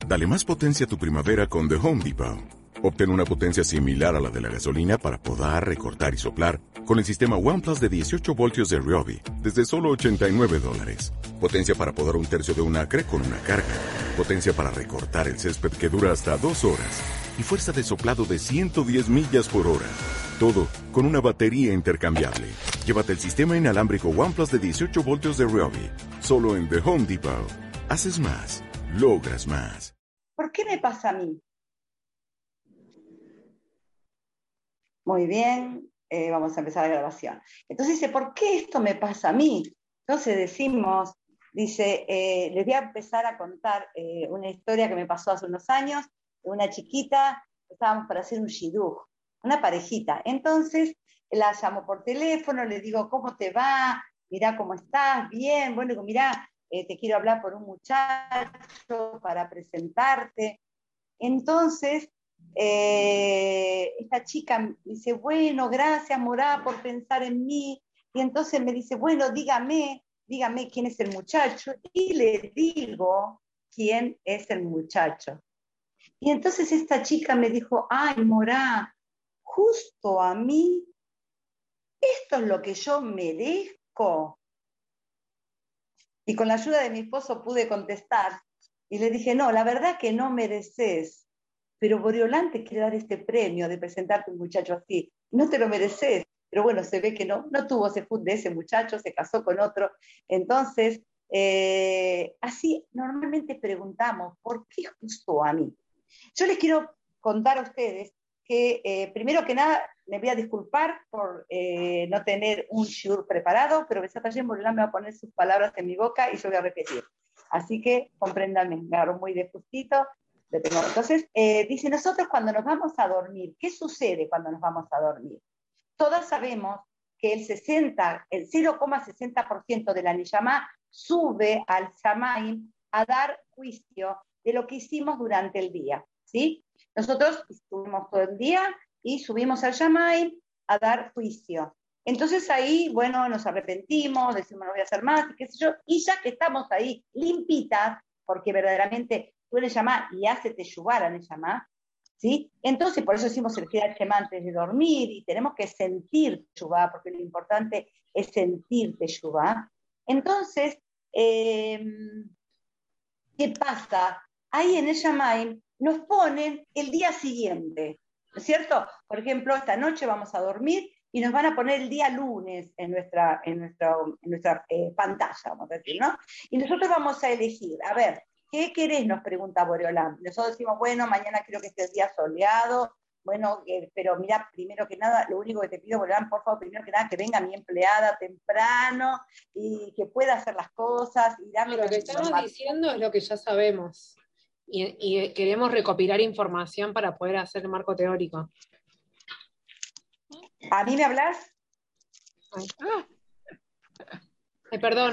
Dale más potencia a tu primavera con The Home Depot. Obtén una potencia similar a la de la gasolina para podar, recortar y soplar con el sistema OnePlus de 18 voltios de Ryobi desde solo $89. Potencia para podar un tercio de un acre con una carga. Potencia para recortar el césped que dura hasta 2 horas. Y fuerza de soplado de 110 millas por hora. Todo con una batería intercambiable. Llévate el sistema inalámbrico OnePlus de 18 voltios de Ryobi. Solo en The Home Depot. Haces más. Logras más. ¿Por qué me pasa a mí? Muy bien, vamos a empezar la grabación. Entonces dice, ¿por qué esto me pasa a mí? Entonces decimos, dice, les voy a empezar a contar una historia que me pasó hace unos años, de una chiquita, estábamos para hacer un shidduch, una parejita. Entonces la llamo por teléfono, le digo, ¿cómo te va? Mirá cómo estás, bien, bueno, mirá, te quiero hablar por un muchacho para presentarte. Entonces, esta chica dice, bueno, gracias, Morá, por pensar en mí. Y entonces me dice, bueno, dígame quién es el muchacho. Y le digo quién es el muchacho. Y entonces esta chica me dijo, ay, Morá, justo a mí, esto es lo que yo merezco. Y con la ayuda de mi esposo pude contestar. Y le dije, no, la verdad que no mereces. Pero Boreolán te quiere dar este premio de presentarte a un muchacho así. No te lo mereces. Pero bueno, se ve que no tuvo ese food de ese muchacho, se casó con otro. Entonces, así normalmente preguntamos, ¿por qué justo a mí? Yo les quiero contar a ustedes que, primero que nada, me voy a disculpar por no tener un shiur preparado, pero Besat Hashem Boreolán me va a poner sus palabras en mi boca y yo voy a repetir. Así que compréndanme, me agarro muy de justito. Entonces, dice, nosotros cuando nos vamos a dormir, ¿qué sucede cuando nos vamos a dormir? Todas sabemos que el 0,60% de la Niyamá sube al Shamaim a dar juicio de lo que hicimos durante el día, ¿sí? Nosotros estuvimos todo el día y subimos al Shamaim a dar juicio. Entonces ahí, bueno, nos arrepentimos, decimos no voy a hacer más, qué sé yo, y ya que estamos ahí limpitas, porque verdaderamente tú le llamás y hace teshuvá a Neyamá, ¿sí? Entonces, por eso decimos el Hirat Shema antes de dormir, y tenemos que sentir teshuvá, porque lo importante es sentir teshuvá. Entonces, ¿qué pasa? Ahí en el Shamaim nos ponen el día siguiente, ¿no es cierto? Por ejemplo, esta noche vamos a dormir y nos van a poner el día lunes en nuestra pantalla, vamos a decir, ¿no? Y nosotros vamos a elegir, a ver, ¿qué querés? Nos pregunta Boreolán. Nosotros decimos, bueno, mañana quiero que esté el día soleado, bueno, pero mira, primero que nada, lo único que te pido, Boreolán, por favor, primero que nada, que venga mi empleada temprano y que pueda hacer las cosas. Y dame lo que estamos diciendo es lo que ya sabemos. Y queremos recopilar información para poder hacer el marco teórico. ¿A mí me hablas? Ay, perdón.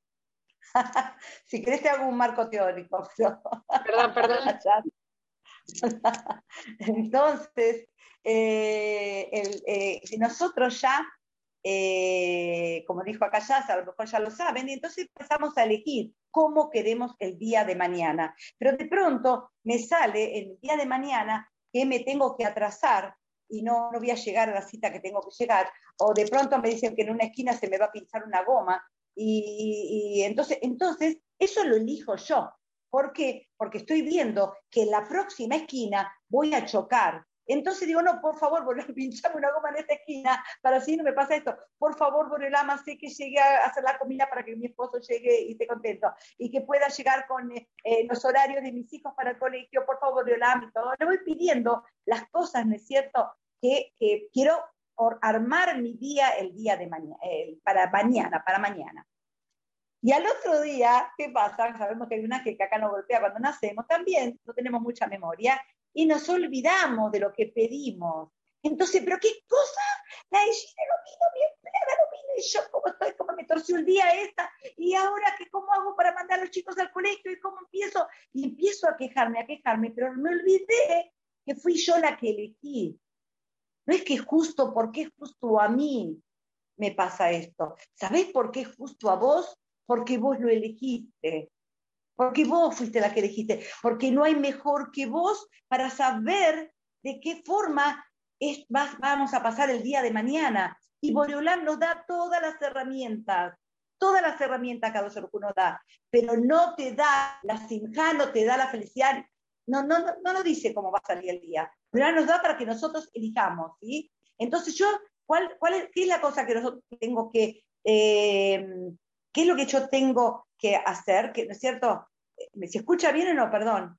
Si querés te hago un marco teórico. Pero... Perdón. Entonces, si nosotros ya, como dijo acá ya, a lo mejor ya lo saben, y entonces empezamos a elegir cómo queremos el día de mañana. Pero de pronto me sale el día de mañana que me tengo que atrasar y no voy a llegar a la cita que tengo que llegar, o de pronto me dicen que en una esquina se me va a pinchar una goma, y entonces eso lo elijo yo. ¿Por qué? Porque estoy viendo que en la próxima esquina voy a chocar. Entonces digo, no, por favor, volver a pincharme una goma en esta esquina para así no me pasa esto. Por favor, Boreolán, sé que llegue a hacer la comida para que mi esposo llegue y esté contento y que pueda llegar con los horarios de mis hijos para el colegio. Por favor, Boreolán, y todo. Le voy pidiendo las cosas, ¿no es cierto?, que quiero armar mi día el día de mañana, para mañana. Y al otro día, ¿qué pasa? Sabemos que hay una que acá nos golpea cuando nacemos, también no tenemos mucha memoria y nos olvidamos de lo que pedimos. Entonces, ¿pero qué cosa? La Gina no vino, mi empleada no vino, y yo cómo me torció el día esta, y ahora ¿cómo hago para mandar a los chicos al colegio? ¿Y cómo empiezo? Y empiezo a quejarme, pero me olvidé que fui yo la que elegí. No es que es justo, porque es justo a mí me pasa esto. ¿Sabés por qué es justo a vos? Porque vos lo elegiste. porque vos fuiste la que elegiste, porque no hay mejor que vos para saber de qué forma vamos a pasar el día de mañana. Y Boreolán nos da todas las herramientas que Kadosh Baruj Hu nos da, pero no te da la simja, no te da la felicidad, no nos dice cómo va a salir el día. Boreolán nos da para que nosotros elijamos, ¿sí? Entonces yo, ¿qué es la cosa que nosotros tengo que, qué es lo que yo tengo que hacer? ¿No es cierto? ¿Se escucha bien o no? Perdón.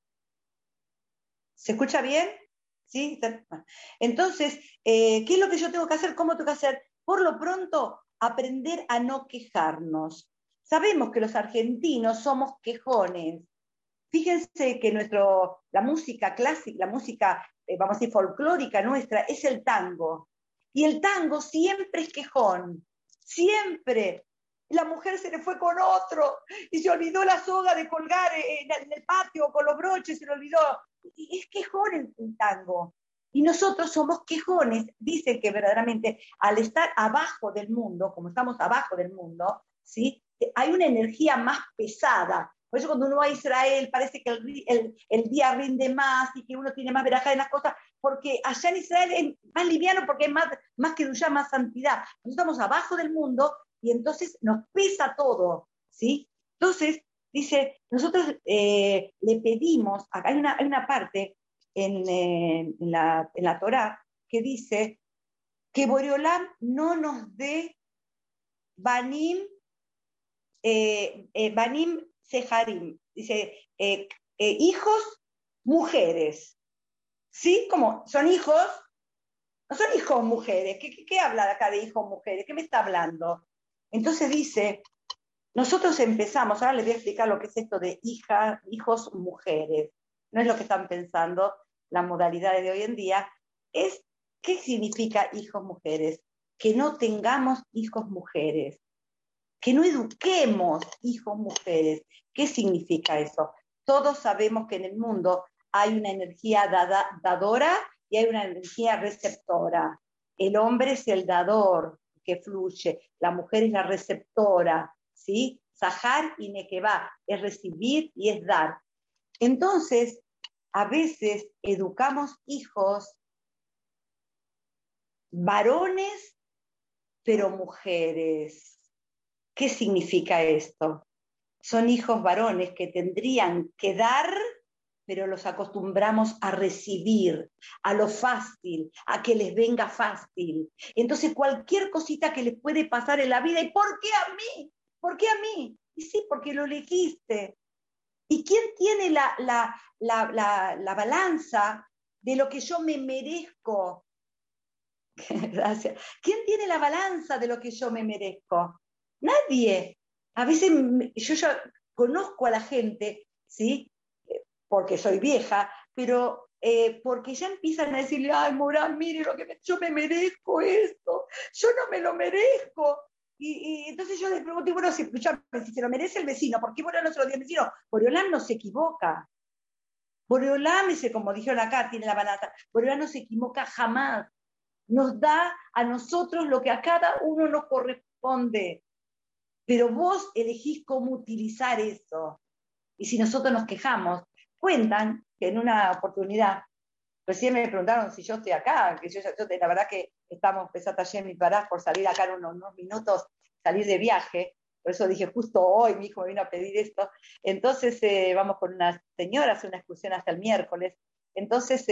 ¿Se escucha bien? ¿Sí? Entonces, ¿qué es lo que yo tengo que hacer? ¿Cómo tengo que hacer? Por lo pronto, aprender a no quejarnos. Sabemos que los argentinos somos quejones. Fíjense que la música clásica, la música, vamos a decir, folclórica nuestra, es el tango. Y el tango siempre es quejón. Siempre. La mujer se le fue con otro y se olvidó la soga de colgar en el patio con los broches, se le olvidó. Y es quejón el tango. Y nosotros somos quejones. Dicen que verdaderamente al estar abajo del mundo, como estamos abajo del mundo, ¿sí? Hay una energía más pesada. Por eso cuando uno va a Israel parece que el día rinde más y que uno tiene más verajá en las cosas, porque allá en Israel es más liviano porque hay más kedushá, más santidad. Nosotros estamos abajo del mundo y entonces nos pesa todo, ¿sí? Entonces, dice, nosotros le pedimos, acá hay una parte en la Torá que dice que Boreolam no nos dé Banim, Banim Seharim, dice, hijos, mujeres, ¿sí? Como son hijos, no son hijos mujeres, ¿qué habla de acá de hijos mujeres? ¿Qué me está hablando? Entonces dice, nosotros empezamos, ahora les voy a explicar lo que es esto de hijos, mujeres. No es lo que están pensando las modalidades de hoy en día. ¿Qué significa hijos, mujeres? Que no tengamos hijos, mujeres. Que no eduquemos hijos, mujeres. ¿Qué significa eso? Todos sabemos que en el mundo hay una energía dadora y hay una energía receptora. El hombre es el dador que fluye, la mujer es la receptora, ¿sí? Sahar y Nekeba, es recibir y es dar. Entonces, a veces educamos hijos varones, pero mujeres. ¿Qué significa esto? Son hijos varones que tendrían que dar, pero los acostumbramos a recibir, a lo fácil, a que les venga fácil. Entonces, cualquier cosita que les puede pasar en la vida, ¿y por qué a mí? ¿Por qué a mí? Y sí, porque lo elegiste. ¿Y quién tiene la balanza de lo que yo me merezco? Gracias. ¿Quién tiene la balanza de lo que yo me merezco? Nadie. A veces yo ya conozco a la gente, ¿sí? Porque soy vieja, pero porque ya empiezan a decirle, ay, Morán, mire lo que yo me merezco esto, yo no me lo merezco. Y entonces yo les pregunto, bueno, si se lo merece el vecino, ¿por qué Boreolán no se lo dio al vecino? Boreolán no se equivoca. Boreolán, como dijeron acá, tiene la balanza. Boreolán no se equivoca jamás. Nos da a nosotros lo que a cada uno nos corresponde. Pero vos elegís cómo utilizar eso. Y si nosotros nos quejamos, cuentan que en una oportunidad, recién me preguntaron si yo estoy acá, que yo la verdad que estamos empezando ayer mi parás por salir acá en unos minutos, salir de viaje, por eso dije justo hoy mi hijo me vino a pedir esto, entonces vamos con unas señoras, una excursión hasta el miércoles, entonces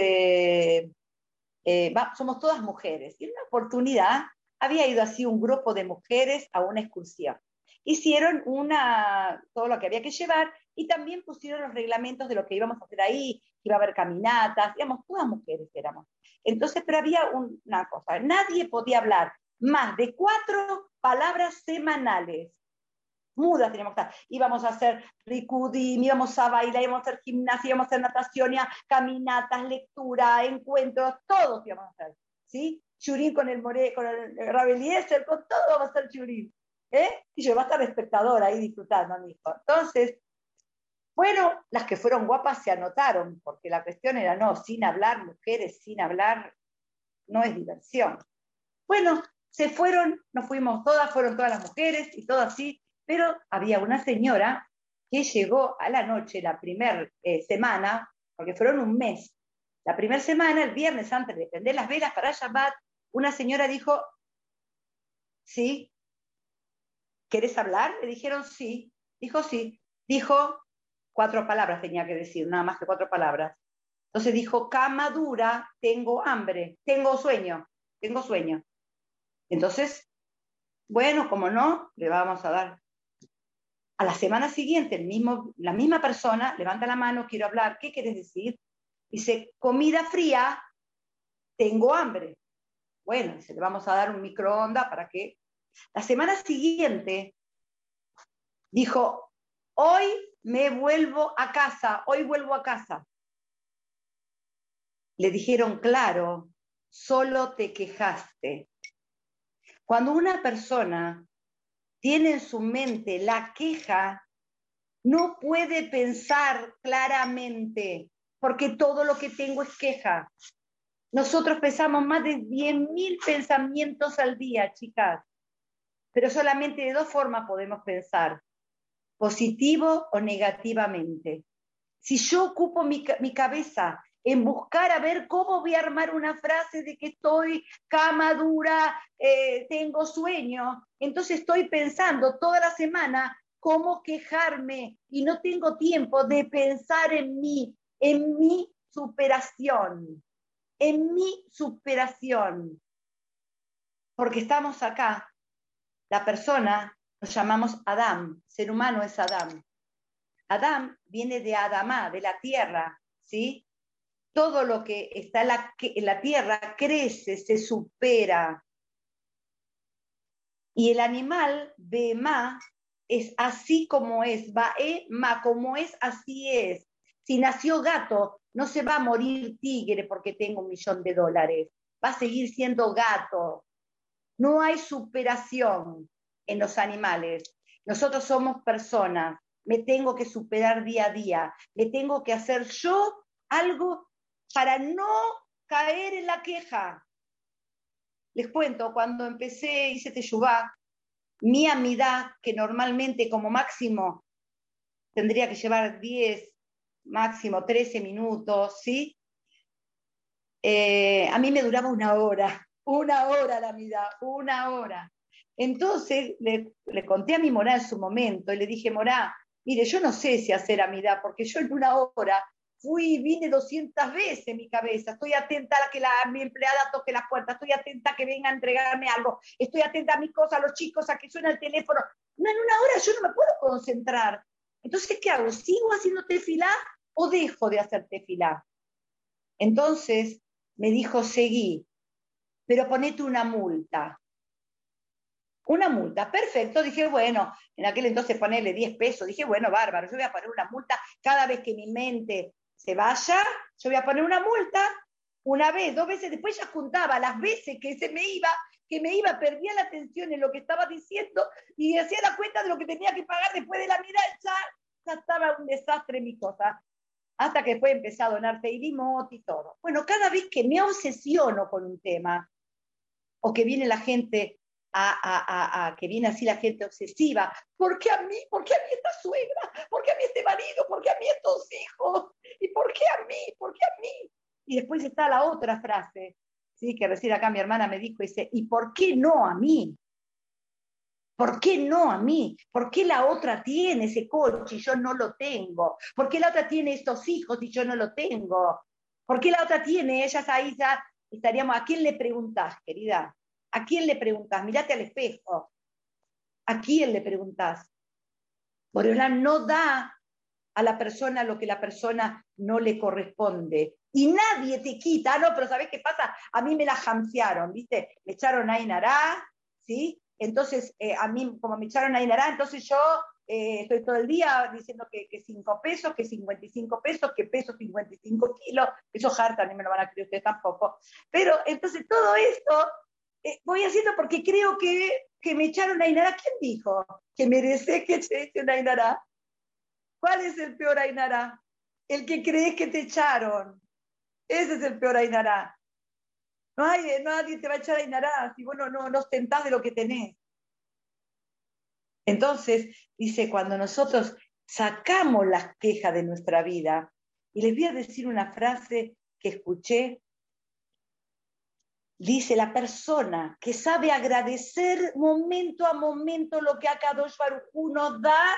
somos todas mujeres, y en una oportunidad había ido así un grupo de mujeres a una excursión. Hicieron todo lo que había que llevar y también pusieron los reglamentos de lo que íbamos a hacer ahí, que iba a haber caminatas, digamos, todas mujeres éramos. Entonces, pero había una cosa, nadie podía hablar más de 4 palabras semanales. Mudas teníamos que estar. Íbamos a hacer ricudim, íbamos a bailar, íbamos a hacer gimnasia, íbamos a hacer natación, caminatas, lectura, encuentros, todos íbamos a hacer. ¿Sí? Churín con el Rabeliezer, con todo vamos a hacer churín. Y yo iba a estar espectadora ahí disfrutando a mi hijo. Entonces, bueno, las que fueron guapas se anotaron, porque la cuestión era, no, sin hablar, mujeres sin hablar, no es diversión. Bueno, se fueron, nos fuimos todas, fueron todas las mujeres y todo así, pero había una señora que llegó a la noche, la primera semana, porque fueron un mes, la primera semana, el viernes antes de prender las velas para Shabbat, una señora dijo, ¿sí? ¿Querés hablar? Le dijeron sí. Dijo sí. Dijo 4 palabras, tenía que decir, nada más que 4 palabras. Entonces dijo, cama dura, tengo hambre, tengo sueño. Entonces, bueno, como no, le vamos a dar. A la semana siguiente, la misma persona levanta la mano, quiero hablar, ¿qué quieres decir? Dice, comida fría, tengo hambre. Bueno, dice, le vamos a dar un microondas para que... La semana siguiente dijo, hoy vuelvo a casa. Le dijeron, claro, solo te quejaste. Cuando una persona tiene en su mente la queja, no puede pensar claramente, porque todo lo que tengo es queja. Nosotros pensamos más de 10.000 pensamientos al día, chicas, pero solamente de 2 formas podemos pensar, positivo o negativamente. Si yo ocupo mi cabeza en buscar a ver cómo voy a armar una frase de que estoy cama dura, tengo sueño, entonces estoy pensando toda la semana cómo quejarme y no tengo tiempo de pensar en mi superación, porque estamos acá, la persona, nos llamamos Adán, ser humano es Adán. Adán viene de Adamá, de la tierra, ¿sí? Todo lo que está en la tierra crece, se supera. Y el animal, Behemá, es así como es, Bae-ma, como es, así es. Si nació gato, no se va a morir tigre porque tengo $1.000.000. Va a seguir siendo gato. No hay superación en los animales. Nosotros somos personas. Me tengo que superar día a día. Me tengo que hacer yo algo para no caer en la queja. Les cuento, cuando hice teshuvá, mi amidad, que normalmente como máximo tendría que llevar 10, máximo 13 minutos, ¿sí? A mí me duraba 1 hora la amidad, 1 hora. Entonces le conté a mi Morá en su momento y le dije, Morá, mire, yo no sé si hacer amidad, porque yo en 1 hora vine 200 veces en mi cabeza, estoy atenta a que mi empleada toque la puerta, estoy atenta a que venga a entregarme algo, estoy atenta a mis cosas, a los chicos, a que suena el teléfono. No, en 1 hora yo no me puedo concentrar. Entonces, ¿qué hago? ¿Sigo haciendo tefilá o dejo de hacer tefilá? Entonces me dijo, seguí, pero ponete una multa. Una multa, perfecto. Dije, bueno, en aquel entonces ponerle 10 pesos. Dije, bueno, bárbaro, yo voy a poner una multa cada vez que mi mente se vaya, yo voy a poner una multa 1 vez, 2 veces. Después ya juntaba las veces que me iba, perdía la atención en lo que estaba diciendo y hacía la cuenta de lo que tenía que pagar después de la mirada. Ya estaba un desastre mi cosa. Hasta que después empecé a donar Teilimot y todo. Bueno, cada vez que me obsesiono con un tema, o que viene la gente que viene así la gente obsesiva, ¿por qué a mí esta suegra? ¿Por qué a mí este marido? ¿Por qué a mí estos hijos? ¿Y por qué a mí? ¿Por qué a mí? Y después está la otra frase, ¿sí? Que recién acá mi hermana me dijo, dice, ¿y por qué no a mí? ¿Por qué no a mí? ¿Por qué la otra tiene ese coche y yo no lo tengo? ¿Por qué la otra tiene estos hijos y yo no lo tengo? ¿Por qué la otra tiene? Ellas ahí ya estaríamos. ¿A quién le preguntás, querida? ¿A quién le preguntás? Mirate al espejo. ¿A quién le preguntás? Boreolam no da a la persona lo que la persona no le corresponde. Y nadie te quita. No, pero ¿sabés qué pasa? A mí me la jamsearon, ¿viste? Me echaron a Inará, ¿sí? Entonces, a mí, como me echaron a Inará, entonces yo estoy todo el día diciendo que 5 pesos, que 55 pesos, que peso 55 kilos. Eso harta, ni me lo van a creer ustedes tampoco. Pero entonces todo esto voy haciendo porque creo que me echaron a Inará. ¿Quién dijo que merece que se eche una Inará? ¿Cuál es el peor Ainara? El que crees que te echaron. Ese es el peor Ainara. Nadie te va a echar Ainara si vos no ostentás de lo que tenés. Entonces, dice, cuando nosotros sacamos las quejas de nuestra vida. Y les voy a decir una frase que escuché. Dice, la persona que sabe agradecer momento a momento lo que Akadosh Baruj Hu nos da,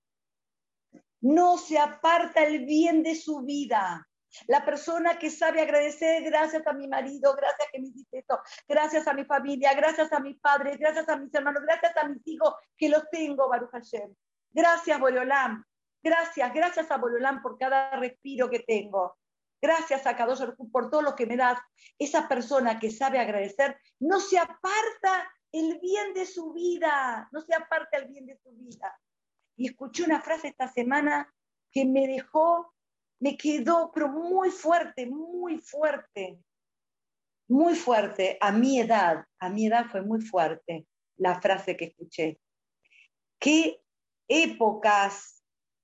no se aparta el bien de su vida. La persona que sabe agradecer, gracias a mi marido, gracias que me hiciste esto, gracias a mi familia, gracias a mis padres, gracias a mis hermanos, gracias a mis hijos que los tengo, Baruch Hashem. Gracias, Boreolam. Gracias a Boreolam por cada respiro que tengo. Gracias a Kadosh Baruj Hu por todo lo que me das. Esa persona que sabe agradecer no se aparta el bien de su vida, no se aparta el bien de su vida. Y escuché una frase esta semana que me quedó, pero muy fuerte, muy fuerte, muy fuerte. A mi edad fue muy fuerte la frase que escuché. Qué épocas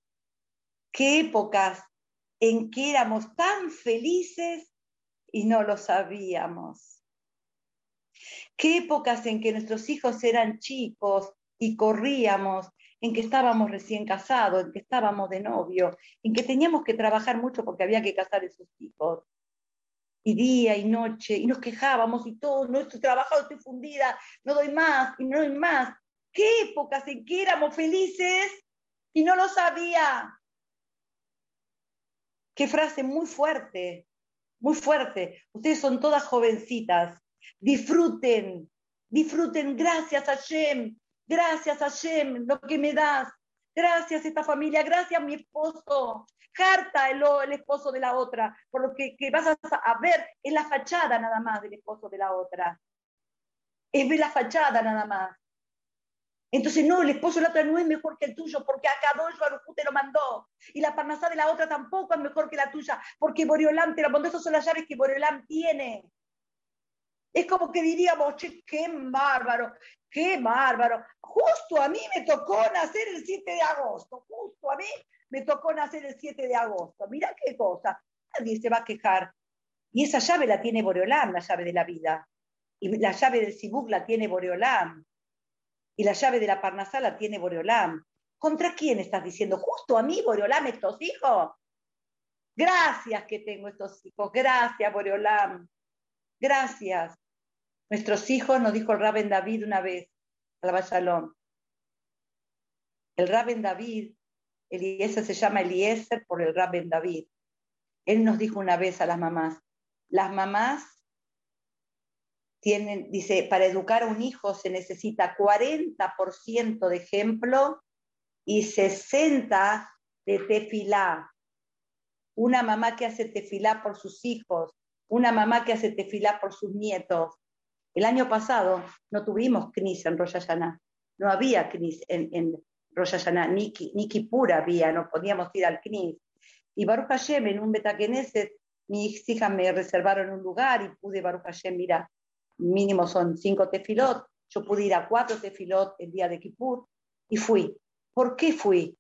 en que éramos tan felices y no lo sabíamos. Qué épocas en que nuestros hijos eran chicos y corríamos, en que estábamos recién casados, en que estábamos de novio, en que teníamos que trabajar mucho porque había que casar a esos hijos. Y día y noche, y nos quejábamos y todo, no estoy trabajando, estoy fundida, no doy más y no doy más. Qué épocas en que éramos felices y no lo sabía. Qué frase muy fuerte, muy fuerte. Ustedes son todas jovencitas. Disfruten, gracias Hashem, lo que me das. Gracias esta familia, gracias mi esposo. Carta el esposo de la otra, por lo que vas a ver es la fachada nada más del esposo de la otra. Es ver la fachada nada más. Entonces, no, el esposo de la otra no es mejor que el tuyo, porque Akadosh Baruj Hu te lo mandó. Y la parnasá de la otra tampoco es mejor que la tuya, porque Boreolam te lo mandó. Esas son las llaves que Boreolam tiene. Es como que diríamos, che, qué bárbaro. Justo a mí me tocó nacer el 7 de agosto. Justo a mí me tocó nacer el 7 de agosto. Mirá qué cosa. Nadie se va a quejar. Y esa llave la tiene Boreolam, la llave de la vida. Y la llave del Sibuk la tiene Boreolam. Y la llave de la parnasá la tiene Boreolam. ¿Contra quién estás diciendo? Justo a mí, Boreolam, estos hijos. Gracias que tengo estos hijos. Gracias, Boreolam. Gracias. Nuestros hijos, nos dijo el Rabben David una vez, Alabá Shalom. El Rabben David, Eliezer se llama Eliezer por el Rabben David. Él nos dijo una vez a las mamás dice, para educar a un hijo se necesita 40% de ejemplo y 60% de tefilá. Una mamá que hace tefilá por sus hijos, una mamá que hace tefilá por sus nietos. El año pasado no tuvimos Knis en Rosh Hashanah, no había Knis en Rosh Hashanah, ni Kippur había, no podíamos ir al Knis. Y Baruch Hashem, en un Beta Knesset, mis hijas me reservaron un lugar y pude, Baruch Hashem, mira, mínimo son 5 tefilot, yo pude ir a 4 tefilot el día de Kippur y fui. ¿Por qué fui?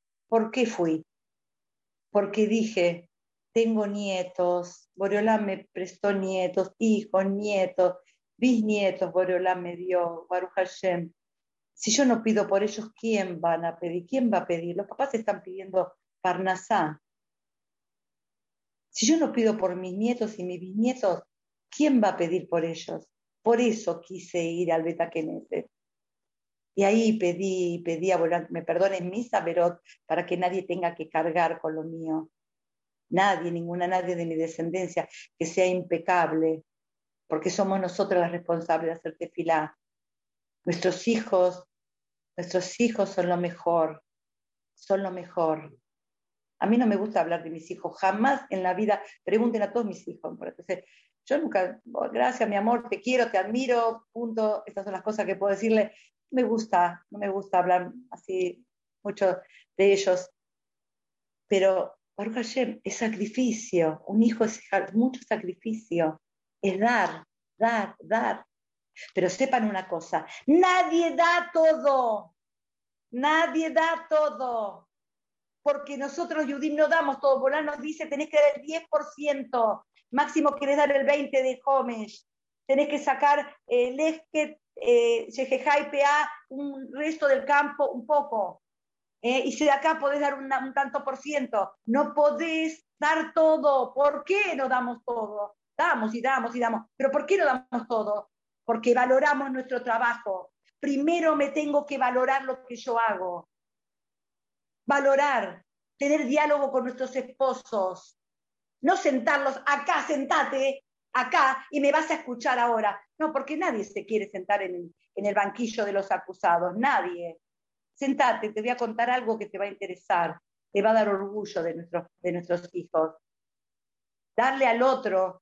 Porque dije, tengo nietos, Boreolam me prestó nietos, hijos, nietos, bisnietos, Boreolam me dio, Baruch Hashem. Si yo no pido por ellos, ¿quién van a pedir? ¿Quién va a pedir? Los papás están pidiendo parnasá. Si yo no pido por mis nietos y mis bisnietos, ¿quién va a pedir por ellos? Por eso quise ir al Beta Knesset. Y ahí pedí a Boreolam que me perdonen mis averot para que nadie tenga que cargar con lo mío. Nadie de mi descendencia, que sea impecable, porque somos nosotros las responsables de hacer tefilá. Nuestros hijos son lo mejor. A mí no me gusta hablar de mis hijos, jamás en la vida, pregunten a todos mis hijos. Entonces, yo nunca, gracias mi amor, te quiero, te admiro, punto. Estas son las cosas que puedo decirle. No me gusta hablar así mucho de ellos, pero Baruch Hashem es sacrificio, un hijo es mucho sacrificio, es dar. Pero sepan una cosa, nadie da todo, porque nosotros Yudim no damos todo. Borán nos dice, tenés que dar el 10%, máximo querés dar el 20% de Homesh, tenés que sacar Lechket, Shejejai, PA, un resto del campo, un poco. Y si de acá podés dar un tanto por ciento, no podés dar todo. ¿Por qué no damos todo? Damos y damos y damos. ¿Pero por qué no damos todo? Porque valoramos nuestro trabajo. Primero me tengo que valorar lo que yo hago. Valorar, tener diálogo con nuestros esposos. No sentarlos acá, sentate acá y me vas a escuchar ahora. No, porque nadie se quiere sentar en el banquillo de los acusados. Nadie. Sentate, te voy a contar algo que te va a interesar, te va a dar orgullo de nuestros hijos. Darle al otro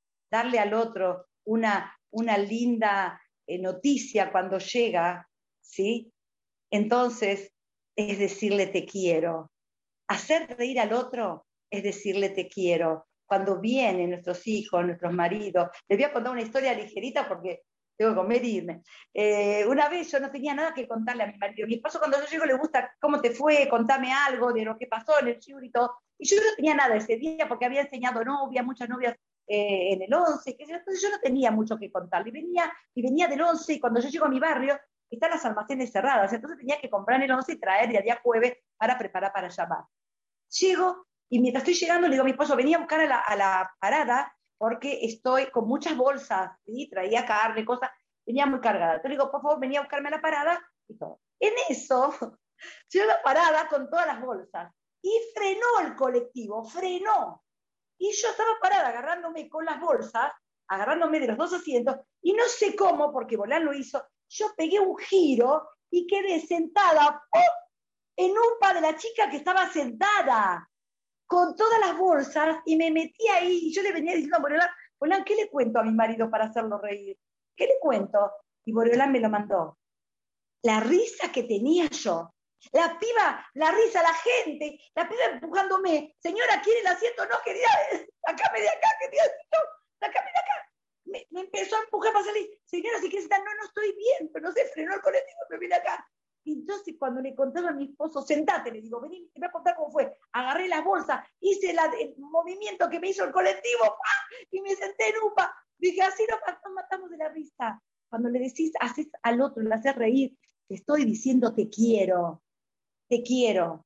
una linda noticia cuando llega, ¿sí? Entonces, es decirle te quiero. Hacer reír al otro es decirle te quiero. Cuando vienen nuestros hijos, nuestros maridos, les voy a contar una historia ligerita porque tengo que comer y irme. Una vez yo no tenía nada que contarle a mi marido. Mi esposo cuando yo llego le gusta cómo te fue, contame algo de lo que pasó en el shiur y todo. Y yo no tenía nada ese día porque había enseñado novia, muchas novias en el 11, entonces yo no tenía mucho que contarle. Y venía del 11 y cuando yo llego a mi barrio están las almacenes cerradas, entonces tenía que comprar en el 11 y traer de día jueves para preparar para llamar. Llego y mientras estoy llegando le digo a mi esposo, venía a buscar a la parada porque estoy con muchas bolsas, ¿sí? Traía carne, cosas, venía muy cargada. Entonces le digo, por favor, venía a buscarme a la parada y todo. En eso, yo iba parada con todas las bolsas y frenó el colectivo, frenó. Y yo estaba parada agarrándome con las bolsas, agarrándome de los dos asientos, y no sé cómo, porque Bolán lo hizo, yo pegué un giro y quedé sentada en un de la chica que estaba sentada con todas las bolsas y me metí ahí y yo le venía diciendo a Bolán, ¿qué le cuento a mi marido para hacerlo reír? ¿Qué le cuento? Y Bolán me lo mandó. La risa que tenía yo, la piba, la risa, la gente, la piba empujándome, señora, ¿quiere el asiento? No, querida, sacame de acá, querida, no, sacame de acá. Me empezó a empujar para salir, señora, si quieres estar, no estoy bien, pero no se frenó el colectivo, me vine acá. Y entonces cuando le contaba a mi esposo, sentate, le digo, vení, te voy a contar cómo fue. Agarré las bolsas, hice el movimiento que me hizo el colectivo, ¡pah! Y me senté en UPA. Dije, así nos matamos de la risa. Cuando le decís, haces al otro, le haces reír, te estoy diciendo te quiero, te quiero.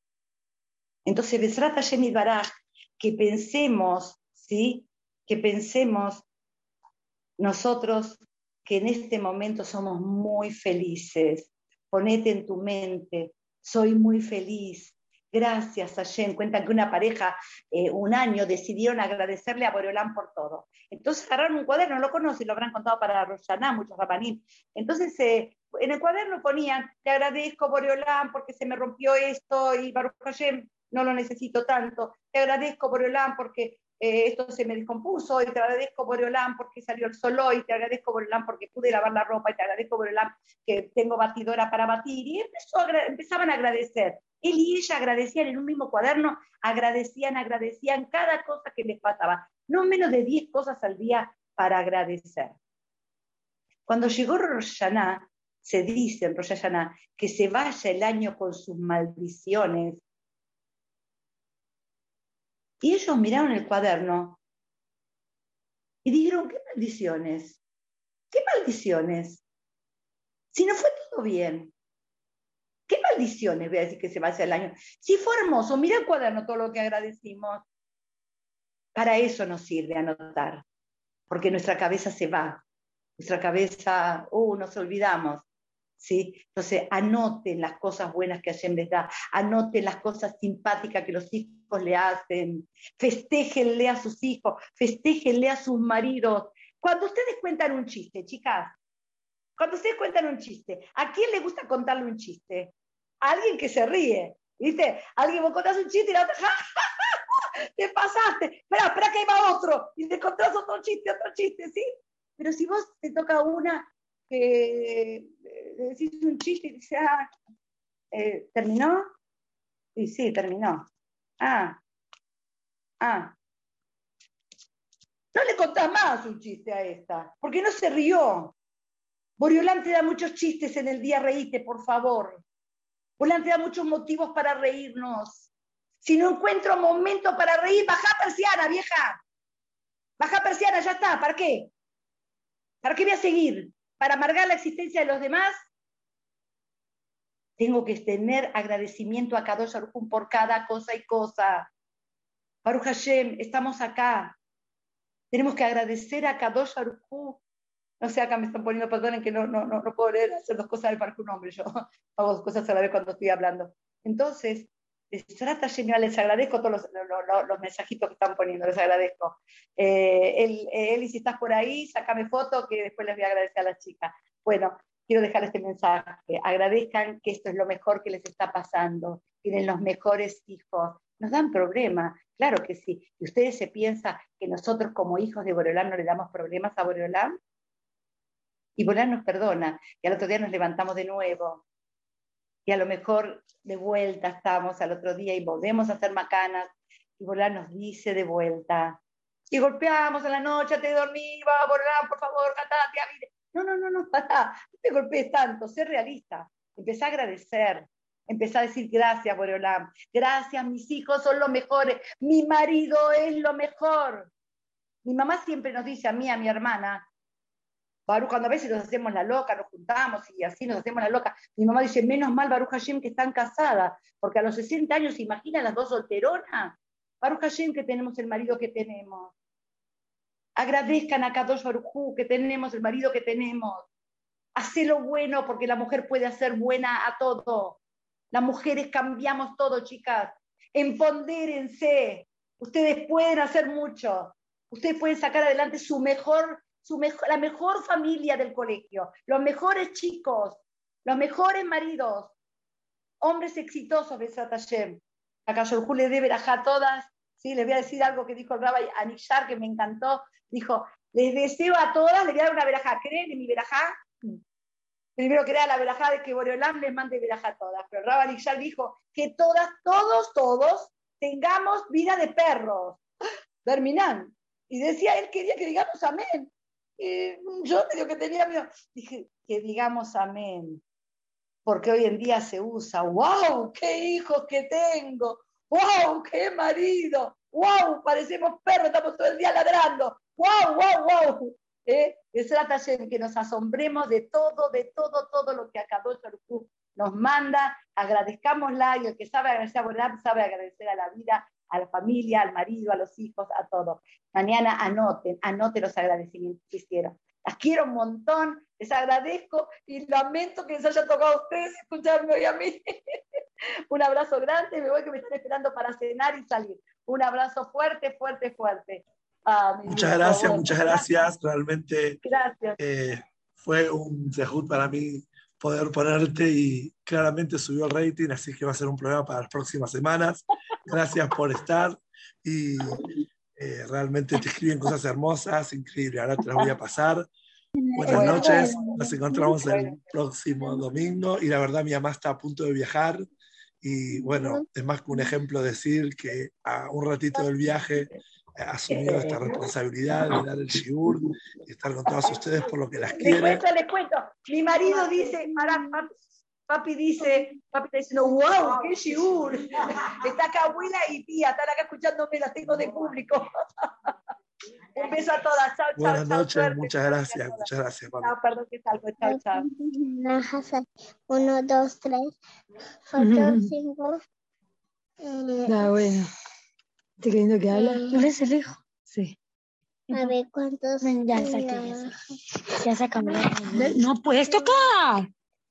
Entonces, Besrat Hashem Yitbaraj, que pensemos, ¿sí? Que pensemos nosotros que en este momento somos muy felices. Ponete en tu mente, soy muy feliz. Gracias, Hashem. Cuentan que una pareja, un año, decidieron agradecerle a Boreolán por todo. Entonces agarraron un cuaderno, no lo conocen, lo habrán contado para Rosh Hashaná, muchos rabanim. Entonces, en el cuaderno ponían, te agradezco, Boreolán, porque se me rompió esto y Baruch Hashem no lo necesito tanto. Te agradezco, Boreolán, porque esto se me descompuso y te agradezco, Boreolán, porque salió el sol hoy, te agradezco, Boreolán, porque pude lavar la ropa y te agradezco, Boreolán, que tengo batidora para batir. Y empezaban a agradecer. Él y ella agradecían en un mismo cuaderno, agradecían cada cosa que les pasaba. No menos de 10 cosas al día para agradecer. Cuando llegó Rosh Hashaná, se dice en Rosh Hashaná que se vaya el año con sus maldiciones. Y ellos miraron el cuaderno y dijeron, ¿qué maldiciones? ¿Qué maldiciones? Si no fue todo bien. ¿Qué maldiciones voy a decir que se vaya el año? Si fue hermoso, mira el cuaderno, todo lo que agradecimos. Para eso nos sirve anotar, porque nuestra cabeza se va. Nuestra cabeza, nos olvidamos. ¿Sí? Entonces, anoten las cosas buenas que Hashem les da, anoten las cosas simpáticas que los hijos le hacen, festéjenle a sus hijos, festéjenle a sus maridos. Cuando ustedes cuentan un chiste, chicas, cuando ustedes cuentan un chiste, ¿a quién le gusta contarle un chiste? A alguien que se ríe, ¿viste? Alguien vos contás un chiste y la otra, ¡ja, ja, ja! Te pasaste, espera que ahí va otro, y te contás otro chiste, ¿sí? Pero si vos te toca una que decís un chiste y dices, ¿terminó? Y sí, terminó. No le contás más un chiste a esta, porque no se rió. Boreolán te da muchos chistes en el día, reíte, por favor. Boreolán te da muchos motivos para reírnos. Si no encuentro momento para reír, bajá persiana, vieja. Bajá persiana, ya está. ¿Para qué? ¿Para qué voy a seguir? ¿Para amargar la existencia de los demás? Tengo que tener agradecimiento a Kadosh Baruj Hu por cada cosa y cosa. Baruch Hashem, estamos acá. Tenemos que agradecer a Kadosh Baruj Hu. No sé, acá me están poniendo, perdonen que no puedo leer, hacer dos cosas del Baruj Hu nombre. Yo hago dos cosas a la vez cuando estoy hablando. Entonces, les agradezco todos los mensajitos que están poniendo, les agradezco. Eli, si estás por ahí, sácame foto que después les voy a agradecer a las chicas. Bueno, quiero dejar este mensaje. Agradezcan que esto es lo mejor que les está pasando. Tienen los mejores hijos. Nos dan problemas, claro que sí. ¿Y ustedes se piensan que nosotros como hijos de Boreolán no le damos problemas a Boreolán? Y Boreolán nos perdona. Y al otro día nos levantamos de nuevo. Y a lo mejor de vuelta estamos al otro día y volvemos a hacer macanas. Y Boreolán nos dice de vuelta. Y golpeamos a la noche, te dormí, va, Boreolán, por favor, catate, avide. No, pará, no te golpees tanto, sé realista. Empezá a agradecer. Empezá a decir gracias, Boreolán. Gracias, mis hijos son los mejores. Mi marido es lo mejor. Mi mamá siempre nos dice a mí, a mi hermana, Baruch, cuando a veces nos hacemos la loca, nos juntamos y así nos hacemos la loca, mi mamá dice, menos mal Baruch Hashem que están casadas, porque a los 60 años, ¿se imaginan las dos solteronas? Baruch Hashem que tenemos el marido que tenemos. Agradezcan a Kadosh Baruch Hu que tenemos el marido que tenemos. Hacé lo bueno porque la mujer puede hacer buena a todo. Las mujeres cambiamos todo, chicas. Empodérense. Ustedes pueden hacer mucho. Ustedes pueden sacar adelante la mejor familia del colegio, los mejores chicos, los mejores maridos, hombres exitosos de Hashem. A Kadosh le debe a todas. Sí, les voy a decir algo que dijo el Rabbi Anishar, que me encantó. Dijo, les deseo a todas, les voy a dar una verajá. ¿Creen en mi verajá? Primero que era la verajá de que Boreolán les mande verajá a todas. Pero Rabbi Anishar dijo que todos tengamos vida de perros. Terminan. Y decía, él quería que digamos amén. Y yo medio que tenía miedo. Dije, que digamos amén. Porque hoy en día se usa, wow, qué hijos que tengo, wow, qué marido, wow, parecemos perros, estamos todo el día ladrando, wow. Es la taller que nos asombremos de todo lo que Akadosh Baruj Hu nos manda, agradezcámosla, y el que sabe agradecer a Boreolán sabe agradecer a la vida, a la familia, al marido, a los hijos, a todos. Mañana anoten los agradecimientos que hicieron. Las quiero un montón, les agradezco y lamento que les haya tocado a ustedes escucharme hoy a mí. Un abrazo grande, me voy que me están esperando para cenar y salir. Un abrazo fuerte. Muchas gracias. Realmente gracias. Fue un zehut para mí poder ponerte y claramente subió el rating, así que va a ser un programa para las próximas semanas. Gracias por estar y realmente te escriben cosas hermosas, increíble. Ahora te las voy a pasar. Buenas noches, nos encontramos el próximo domingo y la verdad mi mamá está a punto de viajar y bueno, es más que un ejemplo decir que a un ratito del viaje ha asumido esta responsabilidad de dar el shiur y estar con todas ustedes por lo que las quiere. Les cuento, mi marido dice, papi está diciendo, wow, qué shiur, está acá abuela y tía, están acá escuchándome, las tengo de público. Un beso a todas. Chao. Buenas noches, suerte. muchas gracias. Chao, perdón que salgo. Chao. 1, 2, 3, 4, 5. Bueno. Qué lindo que habla. ¿No eres el hijo? Sí. A ver cuántos. Ya sacamos. No puedes tocar.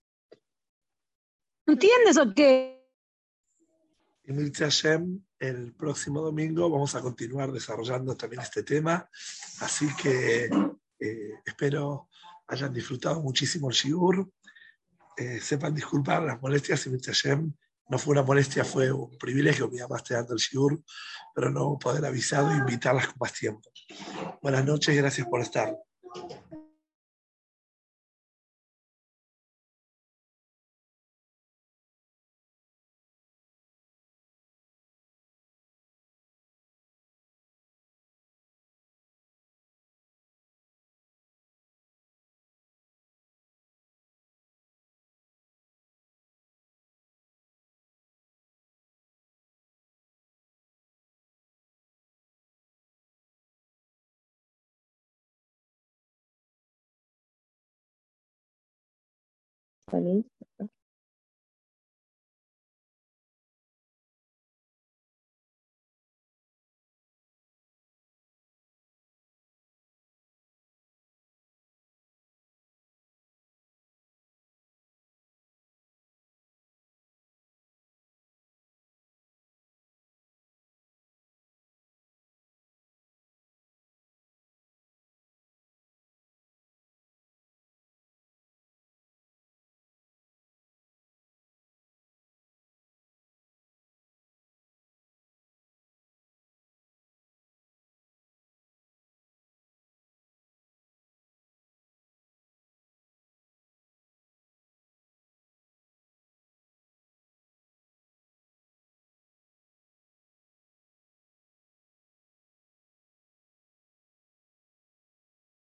¿No entiendes o qué? Y Mirza Hashem, el próximo domingo vamos a continuar desarrollando también este tema, así que espero hayan disfrutado muchísimo el shiur, sepan disculpar las molestias y Mirza Hashem no fue una molestia, fue un privilegio que mi mamá esté dando el shiur, pero no poder avisar e invitarlas con más tiempo. Buenas noches y gracias por estar. ¿Vale?